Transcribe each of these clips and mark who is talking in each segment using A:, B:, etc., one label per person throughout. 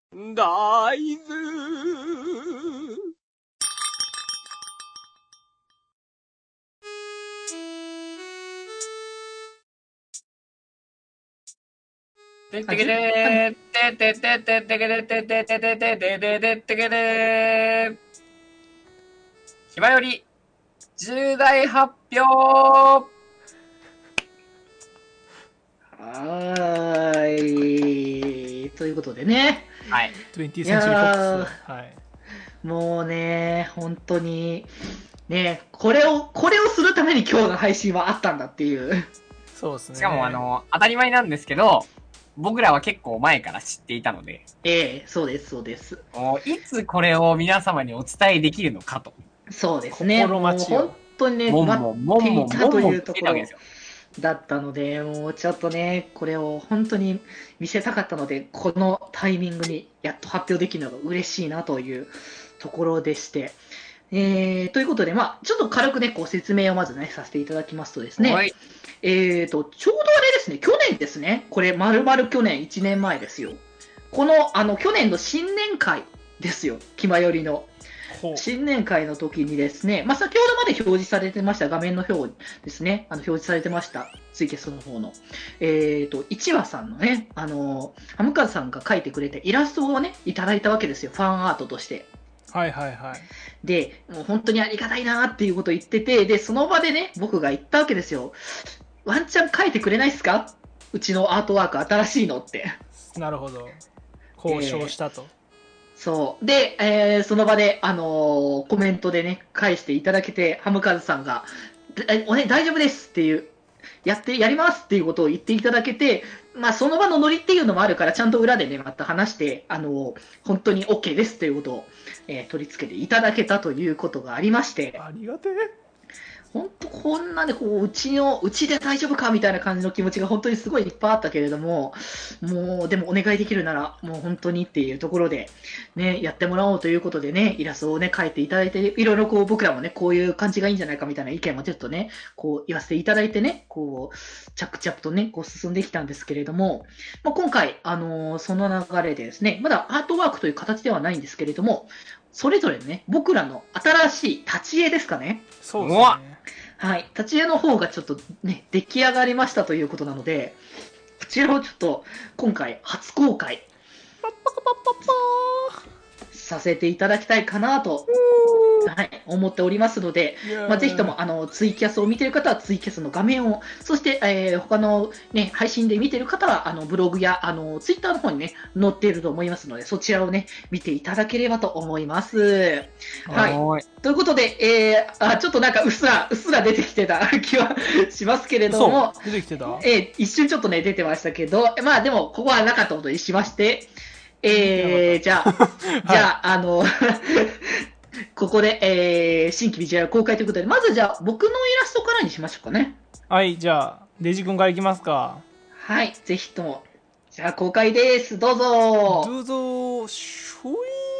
A: 大豆
B: てってけでーてってってってってけでってってってってってってってってけでーひまより重大発表
C: はーい。ということでね。
B: はい。
C: い
D: 20th Century
C: や
D: Fox。はい。
C: ー、もうね、本当に、ね、これをするために今日の配信はあったんだっていう。
D: そうですね。
B: しかも当たり前なんですけど、僕らは結構前から知っていたので、
C: そうです、そうです。
B: もういつこれを皆様にお伝えできるのかと。
C: そうですね。
D: 心待ちよ
C: もう本当にね、
B: もん
C: 待
B: もんもん
C: って
B: もんもんもん
C: いたというところ
B: 来てたわけですよ。
C: だったので、もうちょっとね、これを本当に見せたかったので、このタイミングにやっと発表できるのが嬉しいなというところでして、ということで、まあ、ちょっと軽くね、こう説明をまずね、させていただきますとですね、
B: はい。
C: ちょうどあれですね、去年ですね、これ、まるまる去年、1年前ですよ。この、去年の新年会ですよ、気まよりの。
D: ほう。
C: 新年会の時にですね、まあ、先ほどまで表示されてました画面の表ですね、表示されてました、ツイキャスの方の、1話さんのね、ハムカズさんが描いてくれてイラストをね、いただいたわけですよ、ファンアートとして。
D: はいはいはい。
C: で、もう本当にありがたいなっていうことを言ってて、で、その場でね、僕が言ったわけですよ。ワンチャン描いてくれないっすか、うちのアートワーク新しいのって。
D: なるほど。交渉したと。
C: そう。で、その場で、コメントでね、返していただけて、ハムカズさんが、大丈夫ですっていう、やりますっていうことを言っていただけて、まあ、その場のノリっていうのもあるから、ちゃんと裏でね、また話して、本当に OK ですということを、取り付けていただけたということがありまして、
D: ありがてえ。
C: 本当こんなね、こう、うちで大丈夫かみたいな感じの気持ちが本当にすごいいっぱいあったけれども、もう、でもお願いできるなら、もう本当にっていうところで、ね、やってもらおうということでね、イラストをね、描いていただいて、いろいろこう、僕らもね、こういう感じがいいんじゃないかみたいな意見もちょっとね、こう、言わせていただいてね、こう、着々とね、こう、進んできたんですけれども、まあ、今回、その流れでですね、まだアートワークという形ではないんですけれども、それぞれね、僕らの新しい立ち絵ですかね。
D: そうですね。
C: はい。立ち絵の方がちょっとね、出来上がりましたということなので、こちらをちょっと今回初公開させていただきたいかなと、はい、思っておりますので、まあ、ぜひともツイキャスを見ている方はツイキャスの画面を、そして、他の、ね、配信で見ている方はブログやツイッターの方にね、載っていると思いますので、そちらをね、見ていただければと思います。はい。ということで、ちょっとなんかうっすら出てきてた気はしますけれども、
D: 出てきてた。
C: 一瞬ちょっとね、出てましたけど、まあでも、ここはなかったことにしまして、じゃあ、ここで、新規ビジュアル公開ということで、まずじゃあ、僕のイラストからにしましょうかね。
D: はい、じゃあ、デジ君からいきますか。
C: はい、ぜひとも。じゃあ、公開です。どうぞ。
D: どうぞ、しょい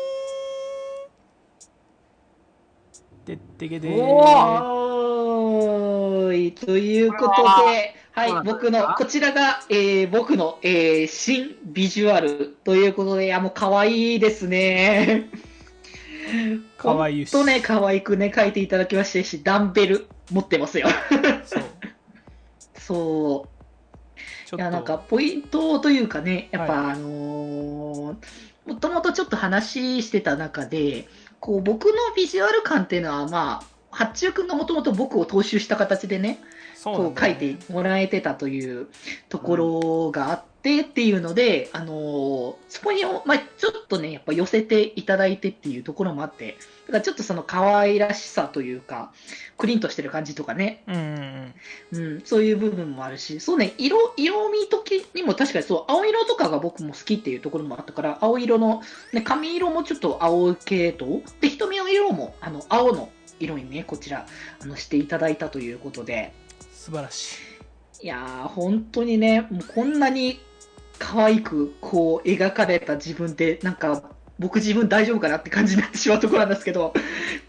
D: ー。でってけでー。
C: おーい、ということで、はい、こちらが、僕の、新ビジュアルということで、もう可愛いですね。
D: かわいいし。
C: ほんとね、可愛くね、描いていただきましてし、ダンベル持ってますよ。
D: そう。
C: そう。
D: ちょっと。
C: いや、なんか、ポイントというかね、やっぱ、もともとちょっと話してた中で、こう、僕のビジュアル感っていうのは、まあ、八中くんがもともと僕を踏襲した形でね、こう書いてもらえてたというところがあってっていうので、そこに、まあ、ちょっとね、やっぱ寄せていただいてっていうところもあって、だからちょっとその可愛らしさというか、クリンとしてる感じとかね、そういう部分もあるし、そうね、色味時にも確かにそう、青色とかが僕も好きっていうところもあったから、青色の、ね、髪色もちょっと青系統で、瞳の色も青の色にね、こちらしていただいたということで、
D: 素晴らし
C: い。いやー、本当にね、もうこんなに可愛くこう描かれた自分って、なんか僕自分大丈夫かなって感じになってしまうところなんですけど、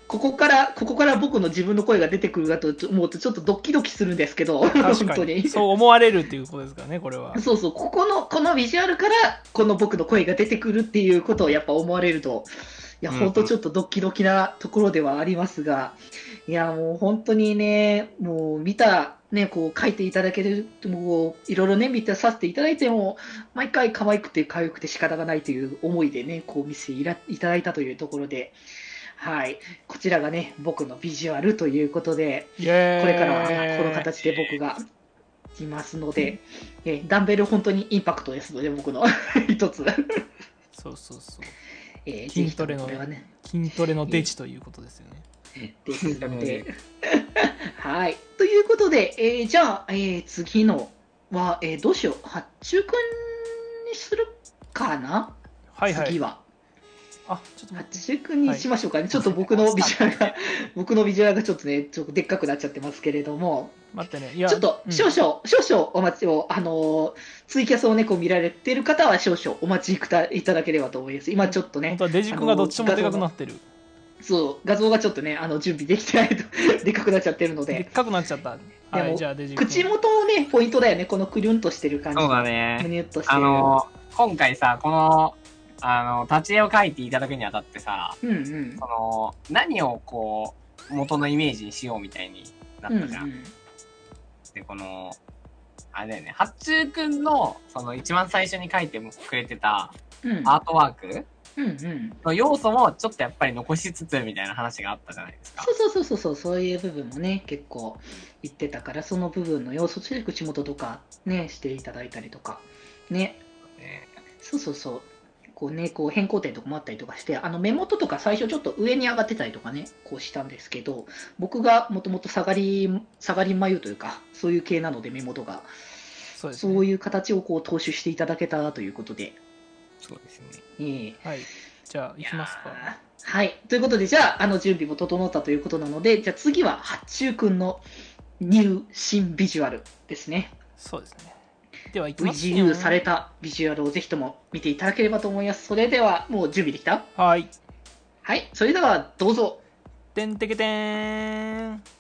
C: ここから僕の自分の声が出てくるかと思うと、ちょっとドキドキするんですけど、
D: 確
C: 本
D: かに。
C: 当に。
D: そう思われるっていうことですからね、これは。
C: そうそう、このビジュアルから、この僕の声が出てくるっていうことをやっぱ思われると、いや、本当ちょっとドキドキなところではありますが、いや、もう本当にね、もう見た、ね、こう書いていただける、もういろいろね、見てさせていただいても、毎回可愛くて可愛くて仕方がないという思いでね、こう見せていただいたというところで、はい、こちらがね、僕のビジュアルということで、
D: イエーイ。
C: これからはね、この形で僕がいますので、ダンベル本当にインパクトですので、僕の一つ。
D: そうそうそう。
C: 筋トレの、ね、
D: 筋トレのデジということですよね。
C: ですので。はい。ということで、じゃあ、次のは、どうしよう。八中くんにするかな、
D: はいはい。
C: 次は。
D: あ、ちょっと待って。
C: 八中くんにしましょうかね。はい、ちょっと僕のビジュアルがちょっとね、ちょっとでっかくなっちゃってますけれども。
D: 待ってね。
C: ちょっと少々お待ちを、ツイキャスをね、こう見られている方は少々お待ちいただければと思います。今ちょっとね。
D: 本当はデジ君がどっちもでかくなってる。
C: そう、画像がちょっとね、準備できてないとでっかくなっちゃってるので。
D: でっかくなっちゃった。はい、じゃあデジ君。
C: 口元のね、ポイントだよね。このクリュンとしてる感じ。
B: そうだね。
C: むにゅっとしてる。
B: 今回さ、この、立ち絵を描いていただくにあたってさ、何をこう、元のイメージにしようみたいになったじゃん。で、あれだよね、八中くんの、一番最初に描いてくれてた、アートワークの要素もちょっとやっぱり残しつつみたいな話があったじゃないですか。
C: そういう部分もね、結構言ってたから、その部分の要素として口元とかね、していただいたりとか、ね。こうね、こう変更点とかもあったりとかして、目元とか最初ちょっと上に上がってたりとかね、こうしたんですけど、僕がもともと下がり眉というか、そういう系なので目元が、そういう形をこう踏襲していただけたということで。
B: そうですね。
D: はい。じゃあ、いきますか。
C: はい。ということで、じゃあ、準備も整ったということなので、じゃあ次は八中くんのニュー新ビジュアルですね。
D: そうですね。では、いきますよ。
C: VGU されたビジュアルをぜひとも見ていただければと思います。それでは、もう準備できた？
D: はい。
C: はい。それでは、どうぞ。
D: てんてけてーん。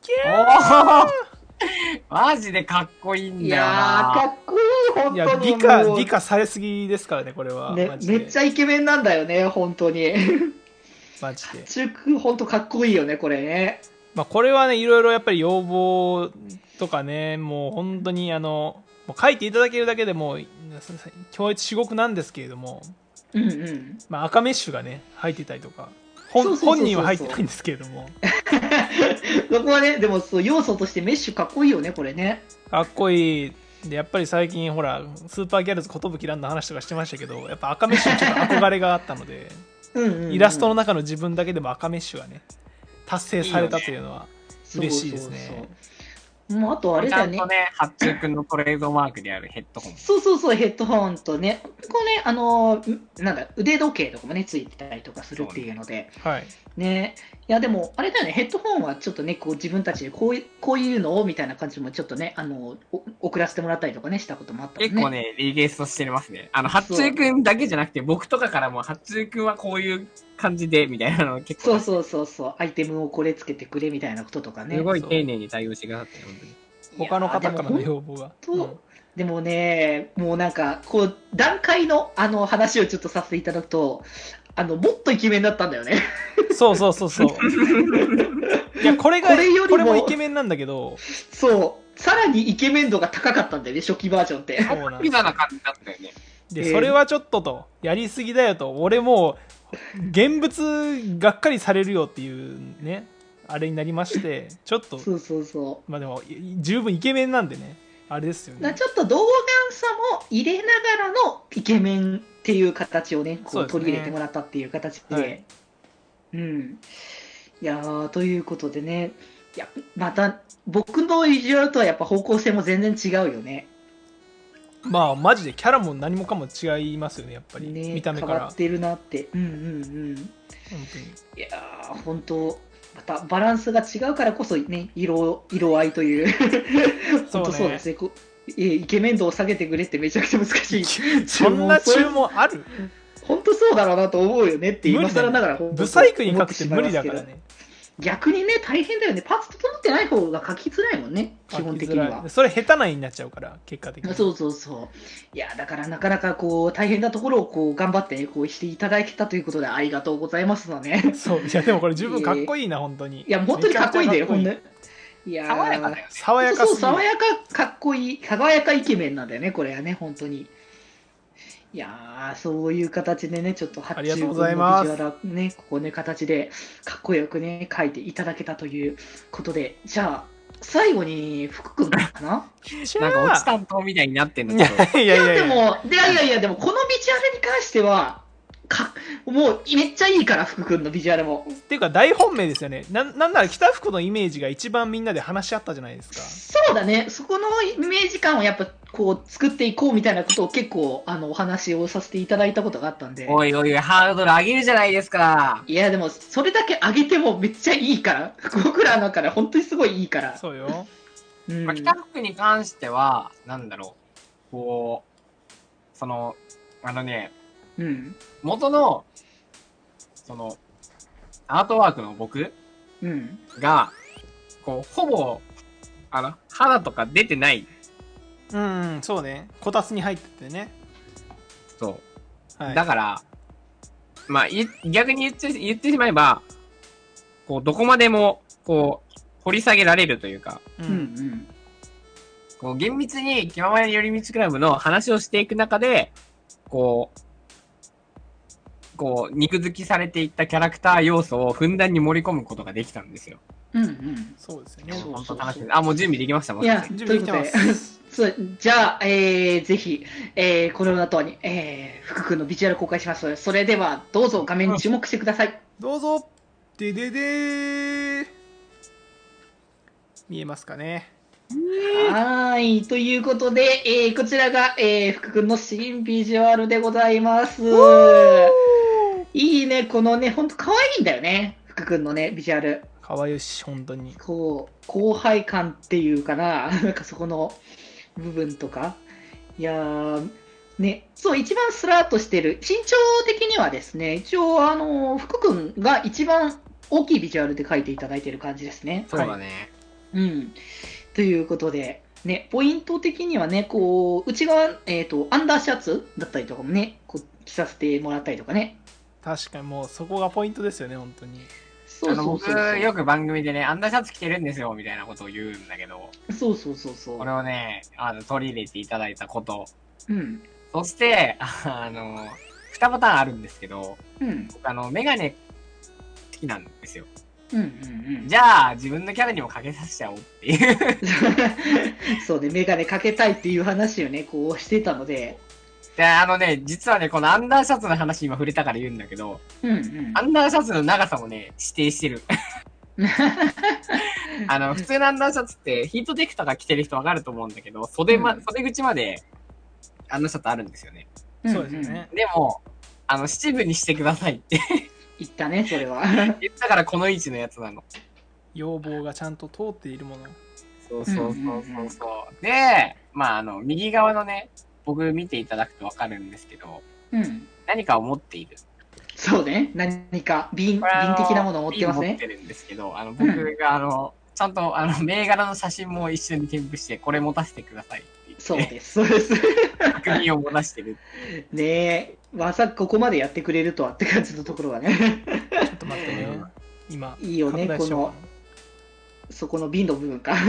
B: マジでかっこいいんだよな。
C: いやー、かっこいい、本当に。
D: いや、美化されすぎですからね、これは。
C: ね、めっちゃイケメンなんだよね、本当に。
D: マジで。
C: 八中くん、本当かっこいいよね、これね。
D: まあ、これはね、いろいろやっぱり要望とかね、もう本当にもう書いていただけるだけでも強烈至極なんですけれども、まあ、赤メッシュがね入ってたりとか、本人は入ってないんですけれども
C: そこはね、でもそう要素としてメッシュかっこいいよね、これね。
D: かっこいい。でやっぱり最近ほらスーパーギャルズ寿ランの話とかしてましたけど、やっぱ赤メッシュにちょっと憧れがあったのでイラストの中の自分だけでも赤メッシュがね達成されたというのは嬉しいですね。
C: もうあとあれだよね。
B: ちゃんとね、八中くんのトレードマークであるヘッドホン。
C: ヘッドホンとね、こうね、なんだ、腕時計とかもね、ついてたりとかするっていうので、
D: はい。
C: ね、いやでも、あれだよね、ヘッドホンはちょっとね、こう自分たちでこういうのをみたいな感じもちょっとね、送らせてもらったりとかね、したこともあったもんね。
B: 結構ね、リクエストしてますね。八中くんだけじゃなくて、僕とかからも、八中くんはこういう感じで、みたいなの結構。
C: そう、アイテムをこれつけてくれみたいなこととかね。
B: すごい丁寧に対応してくださって、本当に。
D: 他の方からの要望が。
C: でもね、もうなんか、こう、段階の話をちょっとさせていただくと、もっとイケメンだったんだよね。
D: そう。いや、これもイケメンなんだけど、
C: そう、さらにイケメン度が高かったんだよね、初期バージョンって。
B: そうなんです。ピザな感じだったよね。
D: で、それはちょっとと、やりすぎだよと、俺もう、現物がっかりされるよっていうね、あれになりまして、ちょっと、まあでも、十分イケメンなんでね、あれですよね。
C: ちょっと童顔さも入れながらのイケメンっていう形をね、こう取り入れてもらったっていう形で、はい、いやー、ということでね、いや、また、僕のビジュアルとはやっぱ方向性も全然違うよね。
D: まあ、マジでキャラも何もかも違いますよね、やっぱり。ね、見た目から。
C: 変わってるなって。本当に。いやー、本当またバランスが違うからこそね、色合いという本当そうですね。イケメン度を下げてくれってめちゃくちゃ難しい。
D: そんな注文ある？
C: 本当そうだろうなと思うよねって今更ながら
D: ブサイクに書くって無理だからね。
C: 逆にね、大変だよね。パーツ整ってない方が書きづらいもんね、基本的には。
D: それ下手な絵になっちゃうから、結果的に。
C: そうそうそう。いや、だからなかなかこう、大変なところをこう、頑張ってこうしていただけたということでありがとうございますのね。
D: そう。いや、でもこれ十分かっこいいな、本当に。
C: いや、本当にかっこいいんだよ、ほんとに。いや
B: 爽やかだよね。
D: 爽やか
C: そう、爽やか、かっこいい、爽やかイケメンなんだよね、これはね、本当に。いやー、そういう形でね、ちょっと
D: ありがとうございます。
C: ビジュアルね、ここね、形でかっこよくね、書いていただけたということで、じゃあ、最後に、福君かな
B: なんか落ち担当みたいになってんだけど。
C: いや、でも、このビジュアルに関しては、もうめっちゃいいから、福君のビジュアルも。
D: っていうか大本命ですよね。なんなら北福のイメージが一番みんなで話し合ったじゃないですか。
C: そうだね。そこのイメージ感をやっぱこう作っていこうみたいなことを結構お話をさせていただいたことがあったんで。
B: おいおい、ハードル上げるじゃないですか。
C: いやでもそれだけ上げてもめっちゃいいから。僕らのから本当にすごいいいから。
D: そうよ。
B: まあ、北福に関しては、なんだろう。こう、その、元の、その、アートワークの僕が、こう、ほぼ、肌とか出てない。
D: そうね。こたつに入っててね。
B: そう。はい、だから、まあ、逆に言ってしまえば、こう、どこまでも、こう、掘り下げられるというか、こう、厳密に、気ままに寄り道クラブの話をしていく中で、こう、肉付きされていったキャラクター要素をふんだんに盛り込むことができたんですよ。
D: そうですよね。
B: 本当楽しみ。あ、もう準備できました。
C: いや、準備できてます。じゃあ、ぜひ、この後に、福君のビジュアル公開します。それでは、どうぞ画面に注目してください。
D: どうぞ。でででー。見えますかね。
C: はい。ということで、こちらが、福君の新ビジュアルでございます。いいね、このね、ほんと可愛いんだよね。福君のね、ビジュアル。
D: 可愛いし、本当に。
C: こう、後輩感っていうかな、なんかそこの部分とか。いやー、ね、そう、一番スラーっとしてる。身長的にはですね、一応、福君が一番大きいビジュアルで描いていただいている感じですね。
B: そうだね。
C: ということで、ね、ポイント的にはね、こう、内側、アンダーシャツだったりとかもね、こう着させてもらったりとかね。
D: 確かにもうそこがポイントですよね、本当に。
B: 僕、よく番組でね、アンダーシャツ着てるんですよ、みたいなことを言うんだけど。
C: そう。
B: これをね、取り入れていただいたこと。そして、2パターンあるんですけど、僕、メガネ好きなんですよ。じゃあ、自分のキャラにもかけさせちゃおうっていう。
C: そうね、メガネかけたいっていう話をね、こうしてたので。
B: で、実はね、このアンダーシャツの話今触れたから言うんだけど、アンダーシャツの長さもね、指定してる。普通のアンダーシャツってヒートテックとか着てる人わかると思うんだけど、袖口までアンダーシャツあるんですよね。
D: そうですよね。
B: でも、七分にしてくださいって。
C: 言ったね、それは。
B: 言ったからこの位置のやつなの。
D: 要望がちゃんと通っているもの。
B: そう。で、まあ、右側のね、僕見ていただくとわかるんですけど、何かを持っている。
C: そうね、何か瓶的なものを持ってますね。
B: 持ってるんですけど、僕がちゃんと銘柄の写真も一緒に添付して、これ持たせてくださいって言って。
C: そうです、そうです。
B: 確認を持たしてる。
C: ねえ、まさかここまでやってくれるとはって感じのところがね。
D: ちょっと待ってね。今。
C: いいよね、そこの瓶の部分か。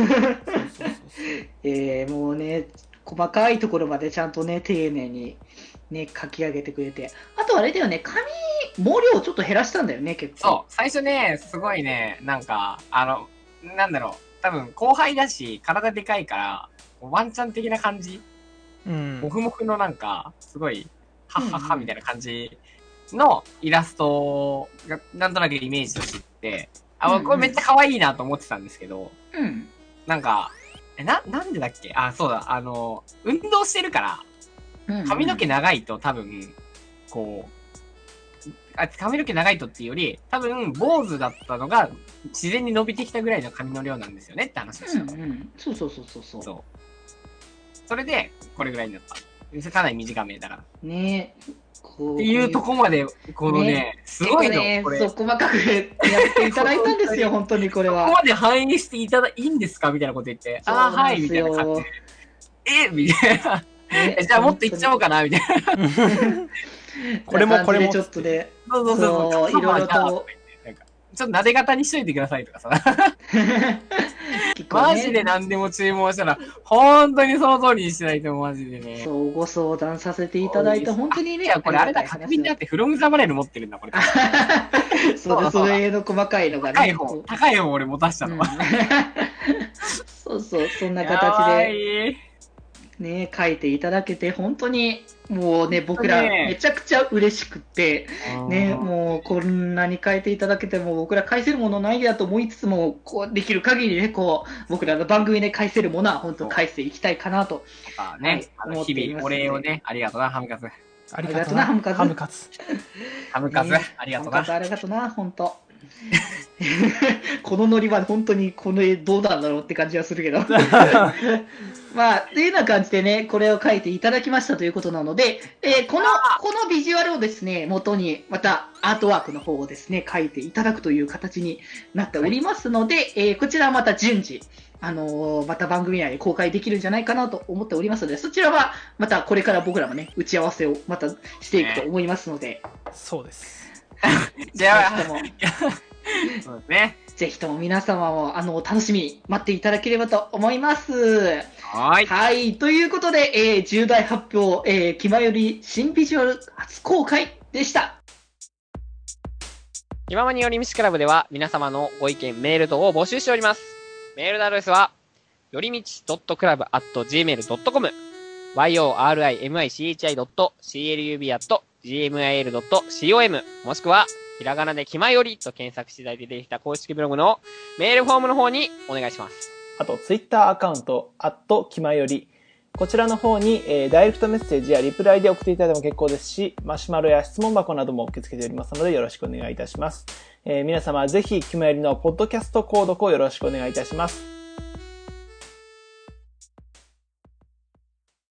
C: もうね、細かいところまでちゃんとね、丁寧にね、書き上げてくれて。あとあれだよね、毛量をちょっと減らしたんだよね、結構。
B: そう、最初ね、すごいね、なんか、なんだろう、多分後輩だし、体でかいから、ワンチャン的な感じ、モフモフのなんか、すごい、はっはっはみたいな感じのイラストが、なんとなくイメージとして、これめっちゃ可愛いなと思ってたんですけど、なんか、なんでだっけ？そうだ、運動してるから、髪の毛長いと多分、こう、髪の毛長いとっていうより、多分、坊主だったのが、自然に伸びてきたぐらいの髪の量なんですよねって話をした。そう。それで、これぐらいになった。かなり短めだから。
C: ね
B: っていうとこまで、このね、すごいの、これ。
C: そう、細かくやっていただいたんですよ、本当にこれは。
B: ここまで反映していいんですかみたいなこと言って、ああ、はい、みたいな感じで。みたいな。じゃあもっといっちゃおうかな、みたいな。
D: これもこれも。
C: ちょっとね、
B: そう、
C: いろいろと。
B: ちょっと撫で型にしといてくださいとかさ。マジで何でも注文したら、本当にその通りにしないとマジでね。
C: そう、ご相談させていただいて、本当にね。い
B: や、これあれだ、確認だって、フロムザバレル持ってるんだ、これ。
C: そうで、それの細かいのがね。
B: 高い方俺持たしたの。
C: そうそう、そんな形で。ね、書いていただけて、本当に、もうね、僕らめちゃくちゃ嬉しくって、ね、もうこんなに書いていただけても、僕ら返せるものないやと思いつつも、こう、できる限りね、こう、僕らの番組で返せるものは、本当返していきたいかなと。
B: ね、日々、お礼をね、ありがとうな、ハムカツ。
C: ありがとうな、ハムカツ。
B: ハムカツ。ありがとうな。
C: ありがとうな、本当。このノリは本当にこの絵どうなんだろうって感じはするけど。まあ、っていうような感じでね、これを書いていただきましたということなので、このビジュアルをですね、元にまたアートワークの方をですね、書いていただくという形になっておりますので、こちらはまた順次、また番組内で公開できるんじゃないかなと思っておりますので、そちらはまたこれから僕らもね、打ち合わせをまたしていくと思いますので。
D: そうです。
B: じゃあ、そうですね。
C: ぜひとも皆様も楽しみに待っていただければと思います。
B: はい。
C: はい。ということで、重大発表、気まより新ビジュアル初公開でした。
B: 気ままによりみちクラブでは皆様のご意見、メール等を募集しております。メールのアドレスは、よりみち.club@gmail.com yorimichi.club@gmail.com もしくは、ひらがなできまよりと検索していただいて出てきた公式ブログのメールフォームの方にお願いします。
A: あと、ツイッターアカウント、きまより。こちらの方に、ダイレクトメッセージやリプライで送っていただいても結構ですし、マシュマロや質問箱なども受け付けておりますのでよろしくお願いいたします。皆様ぜひ、きまよりのポッドキャスト購読をよろしくお願いいたします。